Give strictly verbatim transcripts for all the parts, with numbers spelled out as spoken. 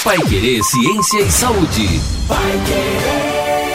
Paiquerê Ciência e Saúde. Paiquerê.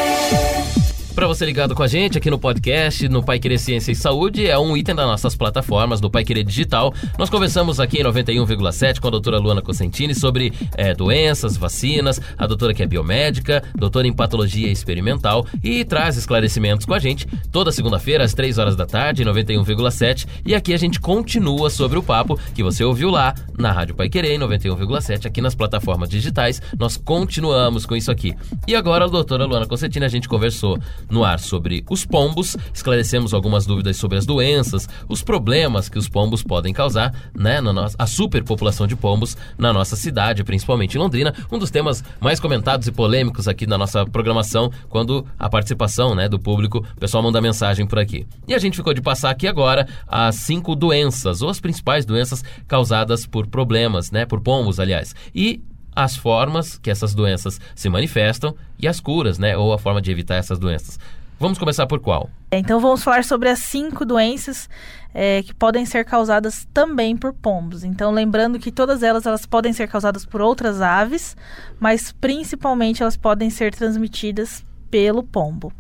Para você ligado com a gente aqui no podcast, no Paiquerê Ciência e Saúde, é um item das nossas plataformas do Paiquerê Digital. Nós conversamos aqui em noventa e um vírgula sete com a doutora Luana Cosentini sobre é, doenças, vacinas, a doutora que é biomédica, doutora em patologia experimental e traz esclarecimentos com a gente toda segunda-feira às três horas da tarde, em noventa e um vírgula sete. E aqui a gente continua sobre o papo que você ouviu lá na Rádio Paiquerê, em noventa e um vírgula sete, aqui nas plataformas digitais. Nós continuamos com isso aqui. E agora a doutora Luana Cosentini, a gente conversou no ar sobre os pombos, esclarecemos algumas dúvidas sobre as doenças, os problemas que os pombos podem causar, né, na nossa, a superpopulação de pombos na nossa cidade, principalmente em Londrina, um dos temas mais comentados e polêmicos aqui na nossa programação, quando a participação, né, do público, o pessoal manda mensagem por aqui. E a gente ficou de passar aqui agora as cinco doenças, ou as principais doenças causadas por problemas, né, por pombos, aliás, e as formas que essas doenças se manifestam e as curas, né? Ou a forma de evitar essas doenças. Vamos começar por qual? Então vamos falar sobre as cinco doenças é, que podem ser causadas também por pombos. Então lembrando que todas elas, elas podem ser causadas por outras aves, mas principalmente elas podem ser transmitidas pelo pombo.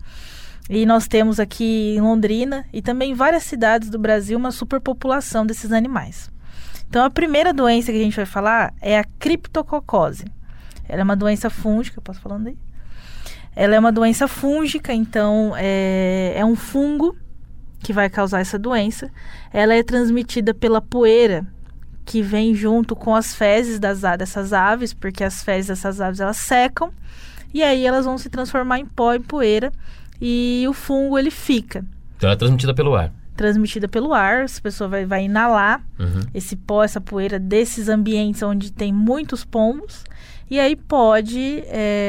E nós temos aqui em Londrina e também em várias cidades do Brasil uma superpopulação desses animais. Então, a primeira doença que a gente vai falar é a criptococose. Ela é uma doença fúngica, posso falando aí? Ela é uma doença fúngica, então é, é um fungo que vai causar essa doença. Ela é transmitida pela poeira que vem junto com as fezes das, dessas aves, porque as fezes dessas aves elas secam e aí elas vão se transformar em pó, em poeira, e o fungo ele fica. Então, ela é transmitida pelo ar. Transmitida pelo ar, essa pessoa vai, vai inalar uhum. esse pó, essa poeira desses ambientes onde tem muitos pombos, e aí pode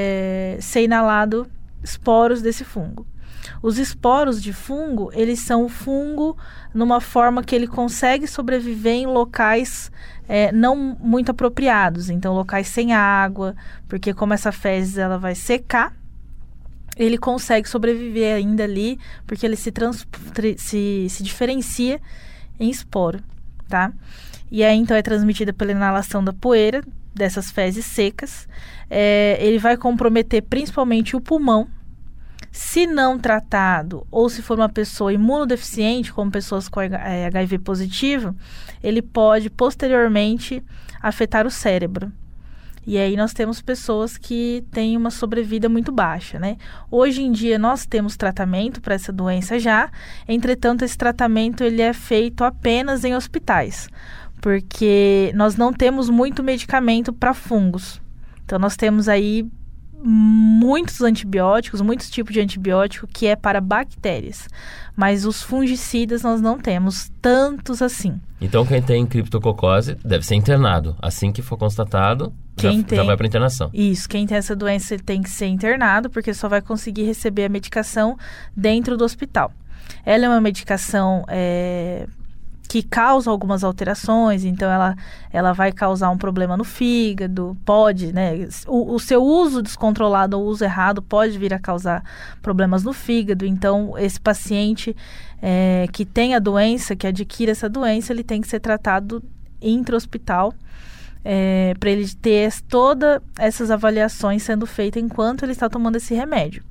é, ser inalado esporos desse fungo. Os esporos de fungo, eles são fungo numa forma que ele consegue sobreviver em locais é, não muito apropriados, então locais sem água, porque como essa fezes ela vai secar, ele consegue sobreviver ainda ali, porque ele se, trans, se, se diferencia em esporo, tá? E aí, então, é transmitida pela inalação da poeira, dessas fezes secas. É, ele vai comprometer principalmente o pulmão. Se não tratado, ou se for uma pessoa imunodeficiente, como pessoas com é, H I V positivo, ele pode, posteriormente, afetar o cérebro. E aí nós temos pessoas que têm uma sobrevida muito baixa, né? Hoje em dia nós temos tratamento para essa doença já, entretanto esse tratamento ele é feito apenas em hospitais, porque nós não temos muito medicamento para fungos. Então nós temos aí muitos antibióticos, muitos tipos de antibiótico que é para bactérias, mas os fungicidas nós não temos tantos assim. Então quem tem criptococose deve ser internado. Assim que for constatado, já, tem, já vai para internação. Isso, quem tem essa doença ele tem que ser internado, porque só vai conseguir receber a medicação dentro do hospital. Ela é uma medicação é, que causa algumas alterações, então ela, ela vai causar um problema no fígado, pode, né? O, o seu uso descontrolado ou uso errado pode vir a causar problemas no fígado, então esse paciente é, que tem a doença, que adquire essa doença, ele tem que ser tratado intra-hospital, é, para ele ter todas essas avaliações sendo feitas enquanto ele está tomando esse remédio.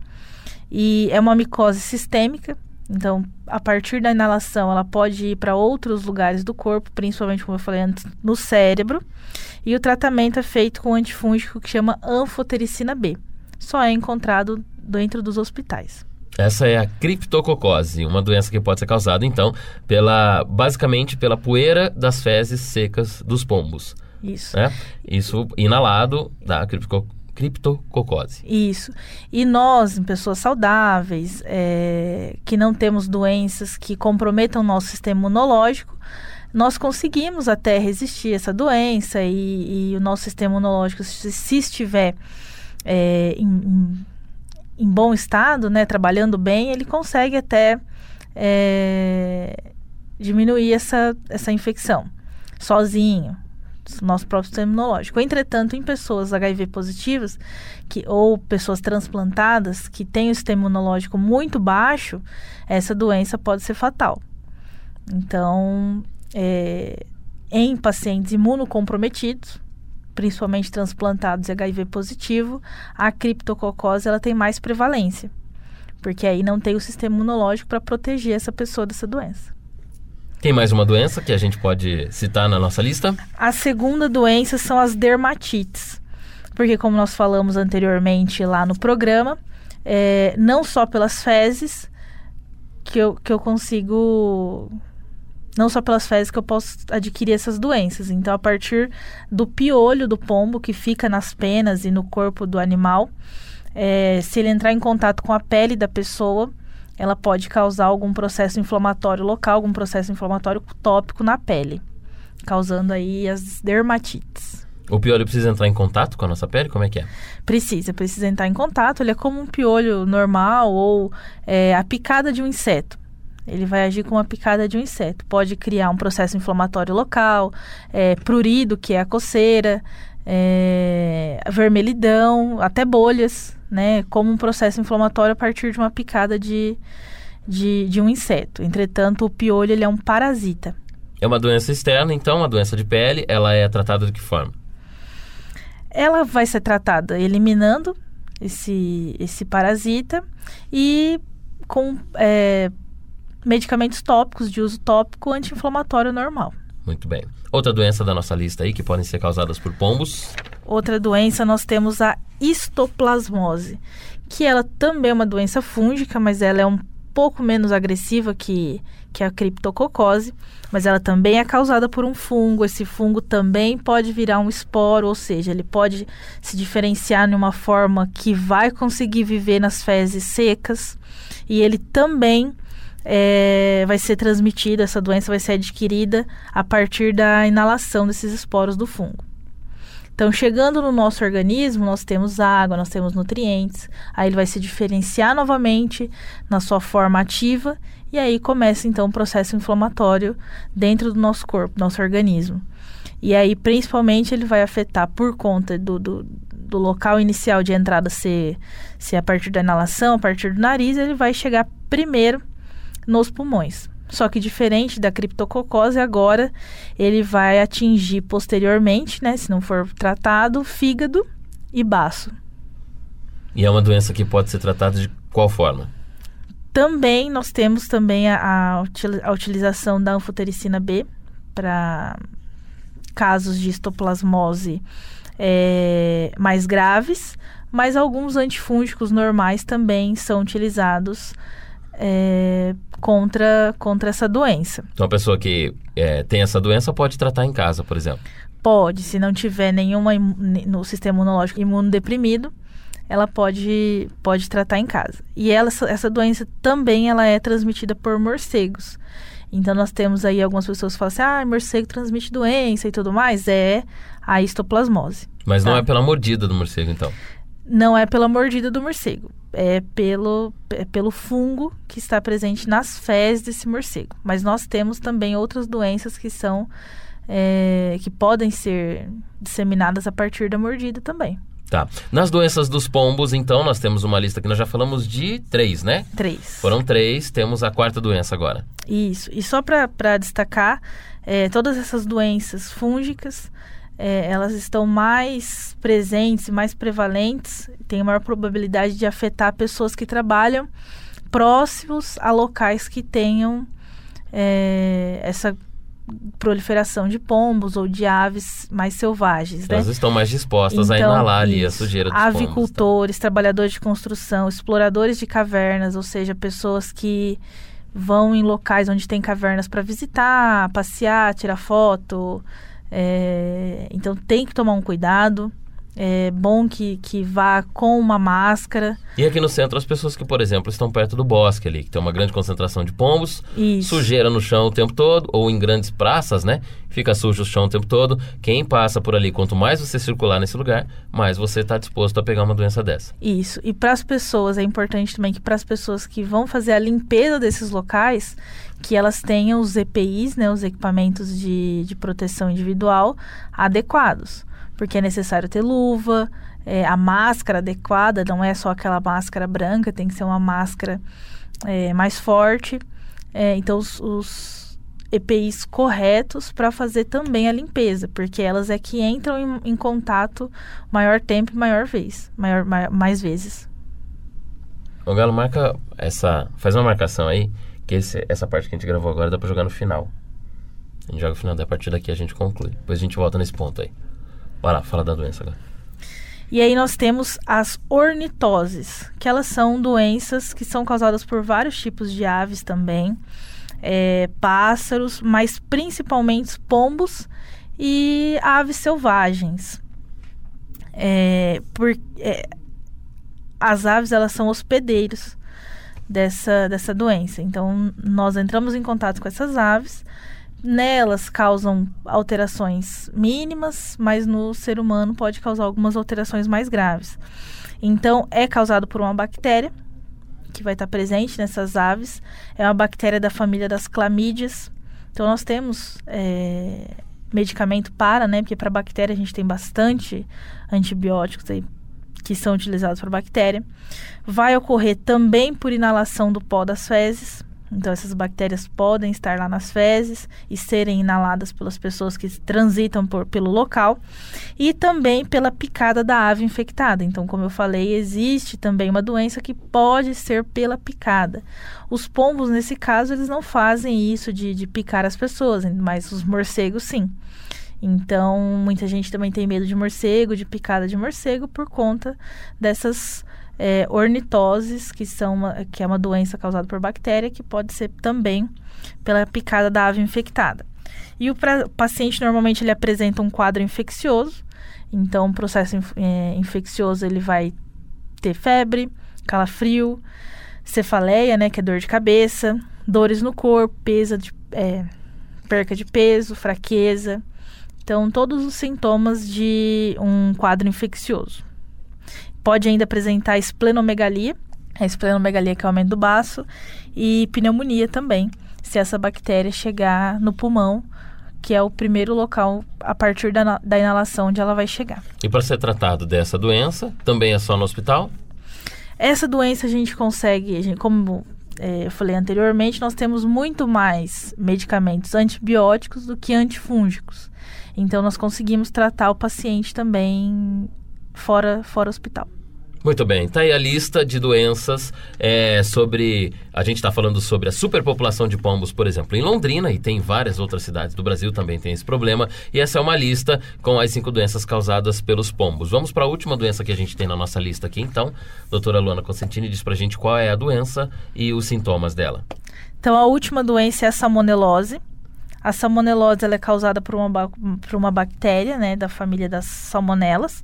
E é uma micose sistêmica, então, a partir da inalação, ela pode ir para outros lugares do corpo, principalmente, como eu falei antes, no cérebro. E o tratamento é feito com um antifúngico que chama anfotericina B. Só é encontrado dentro dos hospitais. Essa é a criptococose, uma doença que pode ser causada, então, pela, basicamente pela poeira das fezes secas dos pombos. Isso. Né? Isso inalado da criptococose. Criptococose. Isso. E nós, em pessoas saudáveis, é, que não temos doenças que comprometam o nosso sistema imunológico, nós conseguimos até resistir a essa doença e, e o nosso sistema imunológico, se, se estiver é, em, em, em bom estado, né, trabalhando bem, ele consegue até é, diminuir essa, essa infecção sozinho. Nosso próprio sistema imunológico. Entretanto, em pessoas H I V positivas que, ou pessoas transplantadas que têm o sistema imunológico muito baixo, essa doença pode ser fatal. Então, é, em pacientes imunocomprometidos, principalmente transplantados e H I V positivo, a criptococose ela tem mais prevalência, porque aí não tem o sistema imunológico para proteger essa pessoa dessa doença. Tem mais uma doença que a gente pode citar na nossa lista? A segunda doença são as dermatites, porque como nós falamos anteriormente lá no programa, é, não só pelas fezes que eu, que eu consigo... Não só pelas fezes que eu posso adquirir essas doenças. Então, a partir do piolho do pombo, que fica nas penas e no corpo do animal, é, se ele entrar em contato com a pele da pessoa, ela pode causar algum processo inflamatório local, algum processo inflamatório tópico na pele, causando aí as dermatites. O piolho precisa entrar em contato com a nossa pele? Como é que é? Precisa, precisa entrar em contato. Ele é como um piolho normal ou é, a picada de um inseto. Ele vai agir como a picada de um inseto. Pode criar um processo inflamatório local, é, prurido, que é a coceira, é, vermelhidão, até bolhas, né? Como um processo inflamatório a partir de uma picada de, de, de um inseto. Entretanto, o piolho ele é um parasita. É uma doença externa, então, uma doença de pele. Ela é tratada de que forma? Ela vai ser tratada eliminando esse, esse parasita e com... É, medicamentos tópicos, de uso tópico, anti-inflamatório normal. Muito bem. Outra doença da nossa lista aí, que podem ser causadas por pombos? Outra doença, nós temos a histoplasmose, que ela também é uma doença fúngica, mas ela é um pouco menos agressiva que, que a criptococose, mas ela também é causada por um fungo. Esse fungo também pode virar um esporo, ou seja, ele pode se diferenciar de uma forma que vai conseguir viver nas fezes secas, e ele também... É, vai ser transmitida, essa doença vai ser adquirida a partir da inalação desses esporos do fungo. Então, chegando no nosso organismo, nós temos água, nós temos nutrientes, aí ele vai se diferenciar novamente na sua forma ativa, e aí começa então um processo inflamatório dentro do nosso corpo, nosso organismo. E aí, principalmente, ele vai afetar por conta do, do, do local inicial de entrada ser, ser a partir da inalação, a partir do nariz, ele vai chegar primeiro nos pulmões. Só que diferente da criptococose, agora ele vai atingir posteriormente, né, se não for tratado, fígado e baço. E é uma doença que pode ser tratada de qual forma? Também nós temos também a, a, a utilização da anfotericina B para casos de histoplasmose é, mais graves, mas alguns antifúngicos normais também são utilizados É, contra, contra essa doença. Então, a pessoa que é, tem essa doença pode tratar em casa, por exemplo? Pode, se não tiver nenhuma no sistema imunológico imunodeprimido, ela pode, pode tratar em casa. E ela, essa doença também ela é transmitida por morcegos. Então, nós temos aí algumas pessoas que falam assim, ah, morcego transmite doença e tudo mais. É a histoplasmose. Mas tá? Não é pela mordida do morcego, então? Não é pela mordida do morcego. É pelo, é pelo fungo que está presente nas fezes desse morcego. Mas nós temos também outras doenças que são é, que podem ser disseminadas a partir da mordida também. Tá. Nas doenças dos pombos, então, nós temos uma lista que nós já falamos de três, né? Três. Foram três, temos a quarta doença agora. Isso. E só para destacar, é, todas essas doenças fúngicas, É, elas estão mais presentes e mais prevalentes, têm maior probabilidade de afetar pessoas que trabalham próximos a locais que tenham é, essa proliferação de pombos ou de aves mais selvagens. Elas né? estão mais dispostas então, a inalar ali isso, a sujeira dos avicultores, pombos, tá? trabalhadores de construção, exploradores de cavernas, ou seja, pessoas que vão em locais onde tem cavernas para visitar, passear, tirar foto. É, então tem que tomar um cuidado. É bom que, que vá com uma máscara. E aqui no centro, as pessoas que, por exemplo, estão perto do bosque ali, que tem uma grande concentração de pombos, Isso. sujeira no chão o tempo todo, ou em grandes praças, né? Fica sujo o chão o tempo todo. Quem passa por ali, quanto mais você circular nesse lugar, mais você está disposto a pegar uma doença dessa. Isso. E para as pessoas, é importante também que para as pessoas que vão fazer a limpeza desses locais, que elas tenham os E P Is, né, os equipamentos de, de proteção individual adequados. Porque é necessário ter luva, é, a máscara adequada, não é só aquela máscara branca, tem que ser uma máscara é, mais forte. É, então, os, os, E P Is corretos para fazer também a limpeza, porque elas é que entram em, em contato maior tempo e maior vez, maior, mai, mais vezes. O Galo, marca essa, faz uma marcação aí, que esse, essa parte que a gente gravou agora dá para jogar no final. A gente joga no final, daí a partir daqui a gente conclui. Depois a gente volta nesse ponto aí. Vai lá, fala da doença agora. E aí nós temos as ornitoses, que elas são doenças que são causadas por vários tipos de aves também. É, pássaros, mas principalmente pombos e aves selvagens. É, por, é, as aves, elas são hospedeiros dessa, dessa doença. Então, nós entramos em contato com essas aves. Nelas causam alterações mínimas, mas no ser humano pode causar algumas alterações mais graves. Então, é causado por uma bactéria que vai estar presente nessas aves. É uma bactéria da família das clamídias. Então, nós temos é, medicamento para, né? Porque para bactéria a gente tem bastante antibióticos aí que são utilizados para bactéria. Vai ocorrer também por inalação do pó das fezes. Então, essas bactérias podem estar lá nas fezes e serem inaladas pelas pessoas que transitam por, pelo local. E também pela picada da ave infectada. Então, como eu falei, existe também uma doença que pode ser pela picada. Os pombos, nesse caso, eles não fazem isso de, de picar as pessoas, mas os morcegos, sim. Então, muita gente também tem medo de morcego, de picada de morcego, por conta dessas É, ornitoses, que, são uma, que é uma doença causada por bactéria, que pode ser também pela picada da ave infectada. E o, pra, o paciente, normalmente, ele apresenta um quadro infeccioso. Então, o processo inf, é, infeccioso, ele vai ter febre, calafrio, cefaleia, né, que é dor de cabeça, dores no corpo, pesa de, é, perca de peso, fraqueza. Então, todos os sintomas de um quadro infeccioso. Pode ainda apresentar esplenomegalia, a esplenomegalia que é o aumento do baço, e pneumonia também, se essa bactéria chegar no pulmão, que é o primeiro local a partir da, da inalação onde ela vai chegar. E para ser tratado dessa doença, também é só no hospital? Essa doença a gente consegue, a gente, como é, eu falei anteriormente, nós temos muito mais medicamentos antibióticos do que antifúngicos. Então, nós conseguimos tratar o paciente também fora, fora hospital. Muito bem, tá aí a lista de doenças é, sobre... A gente está falando sobre a superpopulação de pombos, por exemplo, em Londrina, e tem várias outras cidades do Brasil também tem esse problema, e essa é uma lista com as cinco doenças causadas pelos pombos. Vamos para a última doença que a gente tem na nossa lista aqui, então. Doutora Luana Cosentini diz pra gente qual é a doença e os sintomas dela. Então, a última doença é a salmonelose. A salmonelose, ela é causada por uma, por uma bactéria, né, da família das salmonelas.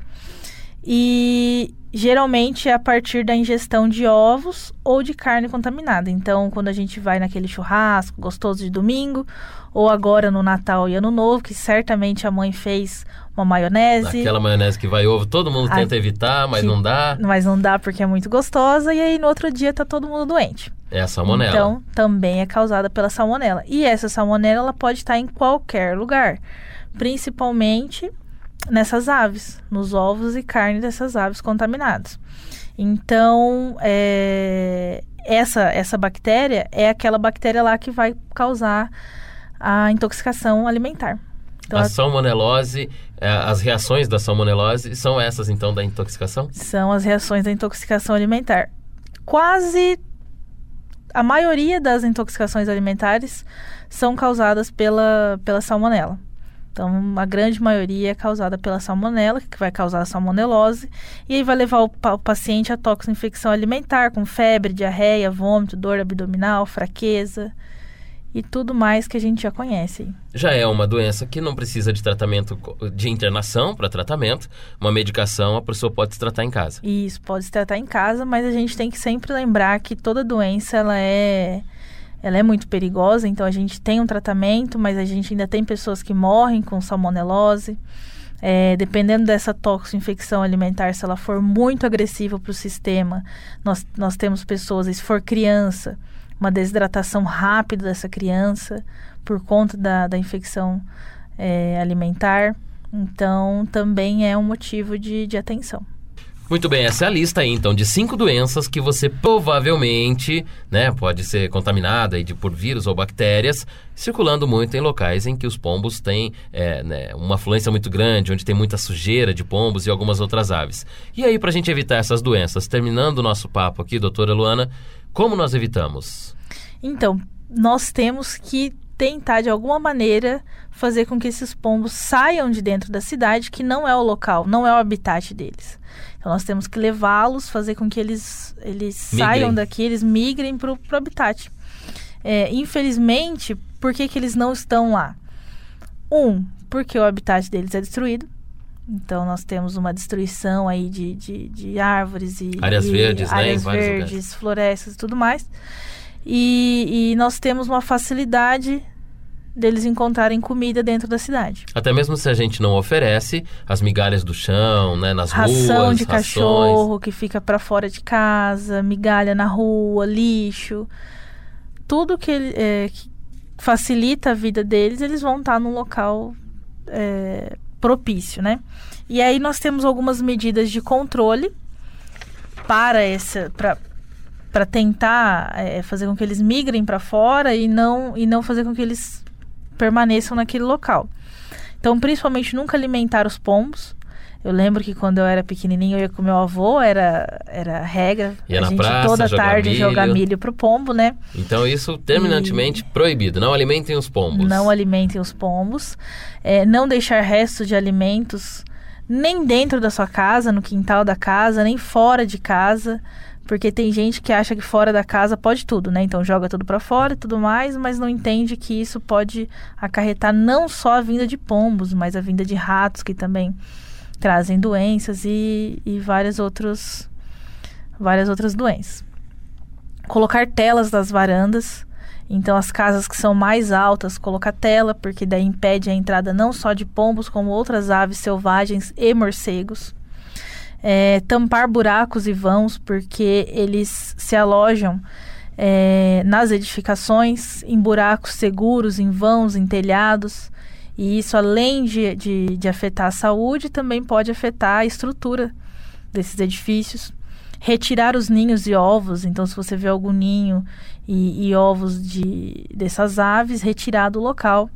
E geralmente é a partir da ingestão de ovos ou de carne contaminada. Então, quando a gente vai naquele churrasco gostoso de domingo, ou agora no Natal e Ano Novo, que certamente a mãe fez uma maionese. Aquela maionese que vai ovo, todo mundo a, tenta evitar, mas que, não dá. Mas não dá porque é muito gostosa, e aí no outro dia tá todo mundo doente. É a salmonela. Então, também é causada pela salmonela. E essa salmonela, ela pode estar em qualquer lugar, principalmente nessas aves, nos ovos e carne dessas aves contaminadas. Então, é, essa, essa bactéria é aquela bactéria lá que vai causar a intoxicação alimentar. Então, a ela... salmonelose, as reações da salmonelose são essas, então, da intoxicação? São as reações da intoxicação alimentar. Quase a maioria das intoxicações alimentares são causadas pela, pela salmonela. Então, a grande maioria é causada pela salmonela, que vai causar a salmonelose, e aí vai levar o, o paciente a toxinfecção alimentar, com febre, diarreia, vômito, dor abdominal, fraqueza e tudo mais que a gente já conhece. Já é uma doença que não precisa de tratamento, de internação para tratamento, uma medicação a pessoa pode se tratar em casa. Isso, pode se tratar em casa, mas a gente tem que sempre lembrar que toda doença, ela é... Ela é muito perigosa, então a gente tem um tratamento, mas a gente ainda tem pessoas que morrem com salmonelose. É, dependendo dessa toxinfecção alimentar, se ela for muito agressiva para o sistema, nós, nós temos pessoas, se for criança, uma desidratação rápida dessa criança por conta da, da infecção é, alimentar. Então, também é um motivo de, de atenção. Muito bem, essa é a lista aí, então, de cinco doenças que você provavelmente, né, pode ser contaminada aí de, por vírus ou bactérias, circulando muito em locais em que os pombos têm é, né, uma afluência muito grande, onde tem muita sujeira de pombos e algumas outras aves. E aí, para a gente evitar essas doenças, terminando o nosso papo aqui, doutora Luana, como nós evitamos? Então, nós temos que tentar, de alguma maneira, fazer com que esses pombos saiam de dentro da cidade, que não é o local, não é o habitat deles. Então, nós temos que levá-los, fazer com que eles, eles saiam daqui, eles migrem para o habitat. É, infelizmente, por que, que eles não estão lá? Um, porque o habitat deles é destruído. Então, nós temos uma destruição aí de, de, de árvores e... Áreas e verdes, né? Áreas em vários verdes, lugares. florestas e tudo mais. E, e nós temos uma facilidade deles encontrarem comida dentro da cidade. Até mesmo se a gente não oferece, as migalhas do chão, né, nas Ração ruas, de rações. cachorro que fica para fora de casa, migalha na rua, lixo. Tudo que, ele, é, que facilita a vida deles, eles vão estar num local é, propício, né? E aí nós temos algumas medidas de controle para essa... Pra, para tentar é, fazer com que eles migrem para fora e não, e não fazer com que eles permaneçam naquele local. Então, principalmente, nunca alimentar os pombos. Eu lembro que quando eu era pequenininho, eu ia com meu avô, era, era regra. Ia a na gente praça, toda jogar tarde milho. jogar milho pro pombo, né? Então, isso terminantemente proibido. Não alimentem os pombos. Não alimentem os pombos. É, não deixar restos de alimentos nem dentro da sua casa, no quintal da casa, nem fora de casa. Porque tem gente que acha que fora da casa pode tudo, né? Então joga tudo para fora e tudo mais, mas não entende que isso pode acarretar não só a vinda de pombos, mas a vinda de ratos, que também trazem doenças e, e várias, outros, várias outras doenças. Colocar telas nas varandas. Então as casas que são mais altas, colocar tela, porque daí impede a entrada não só de pombos, como outras aves selvagens e morcegos. É, tampar buracos e vãos, porque eles se alojam é, nas edificações, em buracos seguros, em vãos, em telhados. E isso, além de, de, de afetar a saúde, também pode afetar a estrutura desses edifícios. Retirar os ninhos e ovos. Então, se você vê algum ninho e, e ovos de, dessas aves, retirar do local.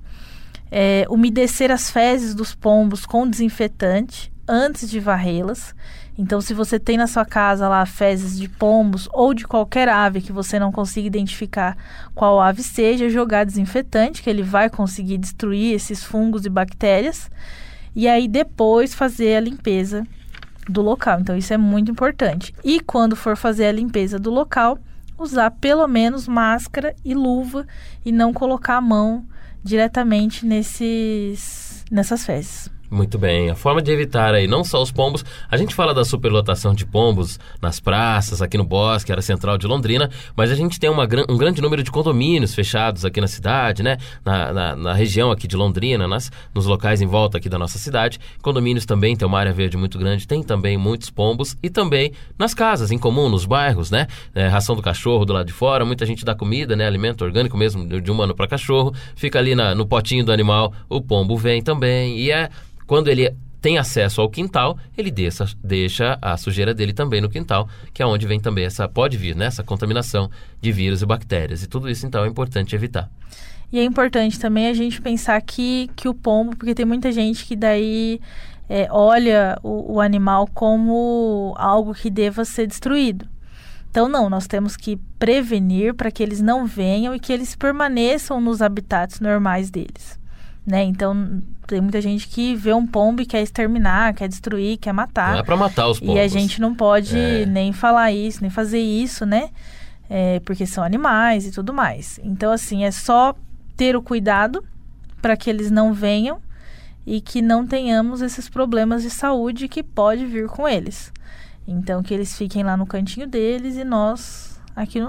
É, umedecer as fezes dos pombos com desinfetante antes de varrê-las. Então, se você tem na sua casa lá fezes de pombos ou de qualquer ave que você não consiga identificar qual ave seja, jogar desinfetante, que ele vai conseguir destruir esses fungos e bactérias. E aí, depois, fazer a limpeza do local. Então, isso é muito importante. E quando for fazer a limpeza do local, usar pelo menos máscara e luva e não colocar a mão diretamente nesses, nessas fezes. Muito bem, a forma de evitar aí não só os pombos, a gente fala da superlotação de pombos nas praças, aqui no Bosque, área central de Londrina, mas a gente tem uma, um grande número de condomínios fechados aqui na cidade, né, na, na, na região aqui de Londrina, nas, nos locais em volta aqui da nossa cidade. Condomínios também tem uma área verde muito grande, tem também muitos pombos e também nas casas, em comum, nos bairros, né, é, ração do cachorro do lado de fora, muita gente dá comida, né, alimento orgânico mesmo, de humano para cachorro, fica ali na, no potinho do animal, o pombo vem também e é... Quando ele tem acesso ao quintal, ele deixa, deixa a sujeira dele também no quintal, que é onde vem também essa, pode vir, né, essa contaminação de vírus e bactérias. E tudo isso, então, é importante evitar. E é importante também a gente pensar que, que o pombo, porque tem muita gente que daí é, olha o, o animal como algo que deva ser destruído. Então, não, nós temos que prevenir para que eles não venham e que eles permaneçam nos habitats normais deles. Né? Então, tem muita gente que vê um pombo e quer exterminar, quer destruir, quer matar. Não é para matar os pombos. E a gente não pode é. nem falar isso, nem fazer isso, né? É, porque são animais e tudo mais. Então, assim, é só ter o cuidado para que eles não venham e que não tenhamos esses problemas de saúde que pode vir com eles. Então, que eles fiquem lá no cantinho deles e nós aqui no nosso.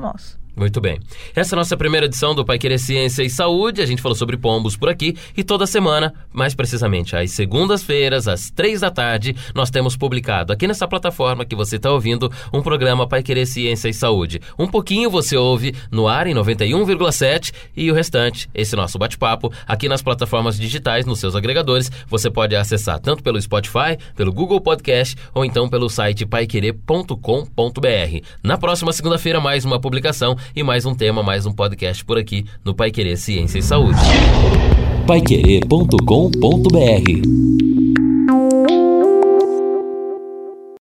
Muito bem. Essa é a nossa primeira edição do Pai Querer Ciência e Saúde. A gente falou sobre pombos por aqui e toda semana, mais precisamente às segundas-feiras, às três da tarde, nós temos publicado aqui nessa plataforma que você está ouvindo um programa Pai Querer Ciência e Saúde. Um pouquinho você ouve no ar em noventa e um vírgula sete e o restante, esse nosso bate-papo, aqui nas plataformas digitais, nos seus agregadores, você pode acessar tanto pelo Spotify, pelo Google Podcast ou então pelo site pai querer ponto com ponto b r. Na próxima segunda-feira, mais uma publicação e mais um tema, mais um podcast por aqui no Pai Querer Ciência e Saúde. pai querer ponto com ponto b r